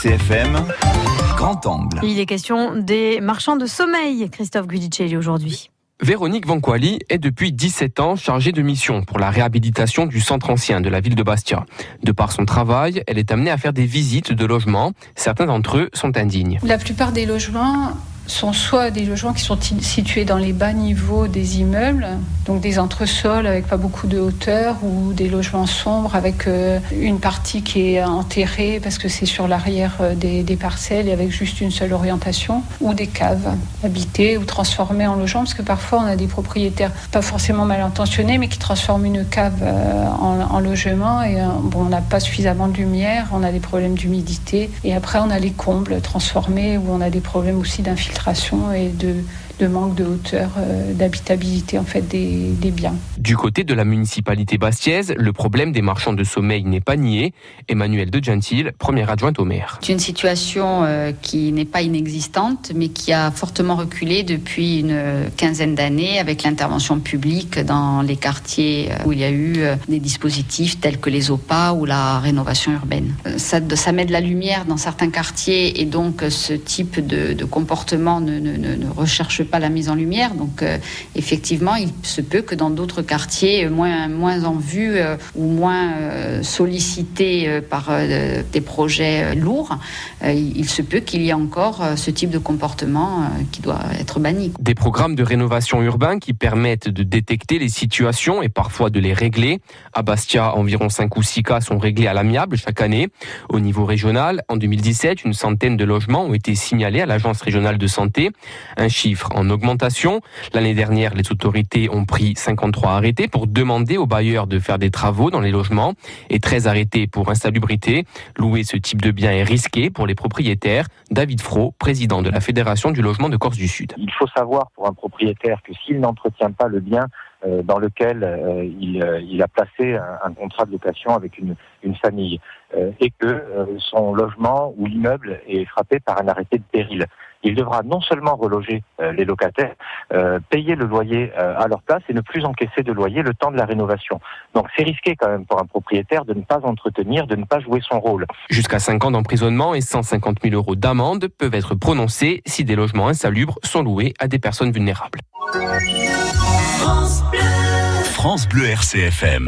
RCFM, Grand Angle. Il est question des marchands de sommeil, Christophe Guidicelli aujourd'hui. Véronique Vanquali est depuis 17 ans chargée de mission pour la réhabilitation du centre ancien de la ville de Bastia. De par son travail, elle est amenée à faire des visites de logements. Certains d'entre eux sont indignes. La plupart des logements sont soit des logements qui sont situés dans les bas niveaux des immeubles, donc des entresols avec pas beaucoup de hauteur, ou des logements sombres avec une partie qui est enterrée parce que c'est sur l'arrière des parcelles et avec juste une seule orientation, ou des caves habitées ou transformées en logements, parce que parfois on a des propriétaires pas forcément mal intentionnés mais qui transforment une cave en logement et on n'a pas suffisamment de lumière, on a des problèmes d'humidité, et après on a les combles transformés où on a des problèmes aussi d'infiltration et de manque de hauteur, d'habitabilité en fait des biens. Du côté de la municipalité bastiaise, le problème des marchands de sommeil n'est pas nié. Emmanuelle De Gentil, première adjointe au maire. C'est une situation qui n'est pas inexistante, mais qui a fortement reculé depuis une quinzaine d'années avec l'intervention publique dans les quartiers où il y a eu des dispositifs tels que les OPA ou la rénovation urbaine. Ça met de la lumière dans certains quartiers et donc ce type de comportement ne recherche pas la mise en lumière, donc effectivement il se peut que dans d'autres quartiers moins en vue ou moins sollicités par des projets lourds, il se peut qu'il y ait encore ce type de comportement qui doit être banni. Des programmes de rénovation urbaine qui permettent de détecter les situations et parfois de les régler. À Bastia, environ 5 ou 6 cas sont réglés à l'amiable chaque année. Au niveau régional, en 2017, une centaine de logements ont été signalés à l'agence régionale de santé, un chiffre en augmentation. L'année dernière, les autorités ont pris 53 arrêtés pour demander aux bailleurs de faire des travaux dans les logements et 13 arrêtés pour insalubrité. Louer ce type de bien est risqué pour les propriétaires. David Fro, président de la Fédération du logement de Corse du Sud. Il faut savoir pour un propriétaire que s'il n'entretient pas le bien dans lequel il a placé un contrat de location avec une famille et que son logement ou l'immeuble est frappé par un arrêté de péril, il devra non seulement reloger les locataires, payer le loyer à leur place et ne plus encaisser de loyer le temps de la rénovation. Donc c'est risqué quand même pour un propriétaire de ne pas entretenir, de ne pas jouer son rôle. Jusqu'à 5 ans d'emprisonnement et 150 000 € d'amende peuvent être prononcés si des logements insalubres sont loués à des personnes vulnérables. France Bleu RCFM.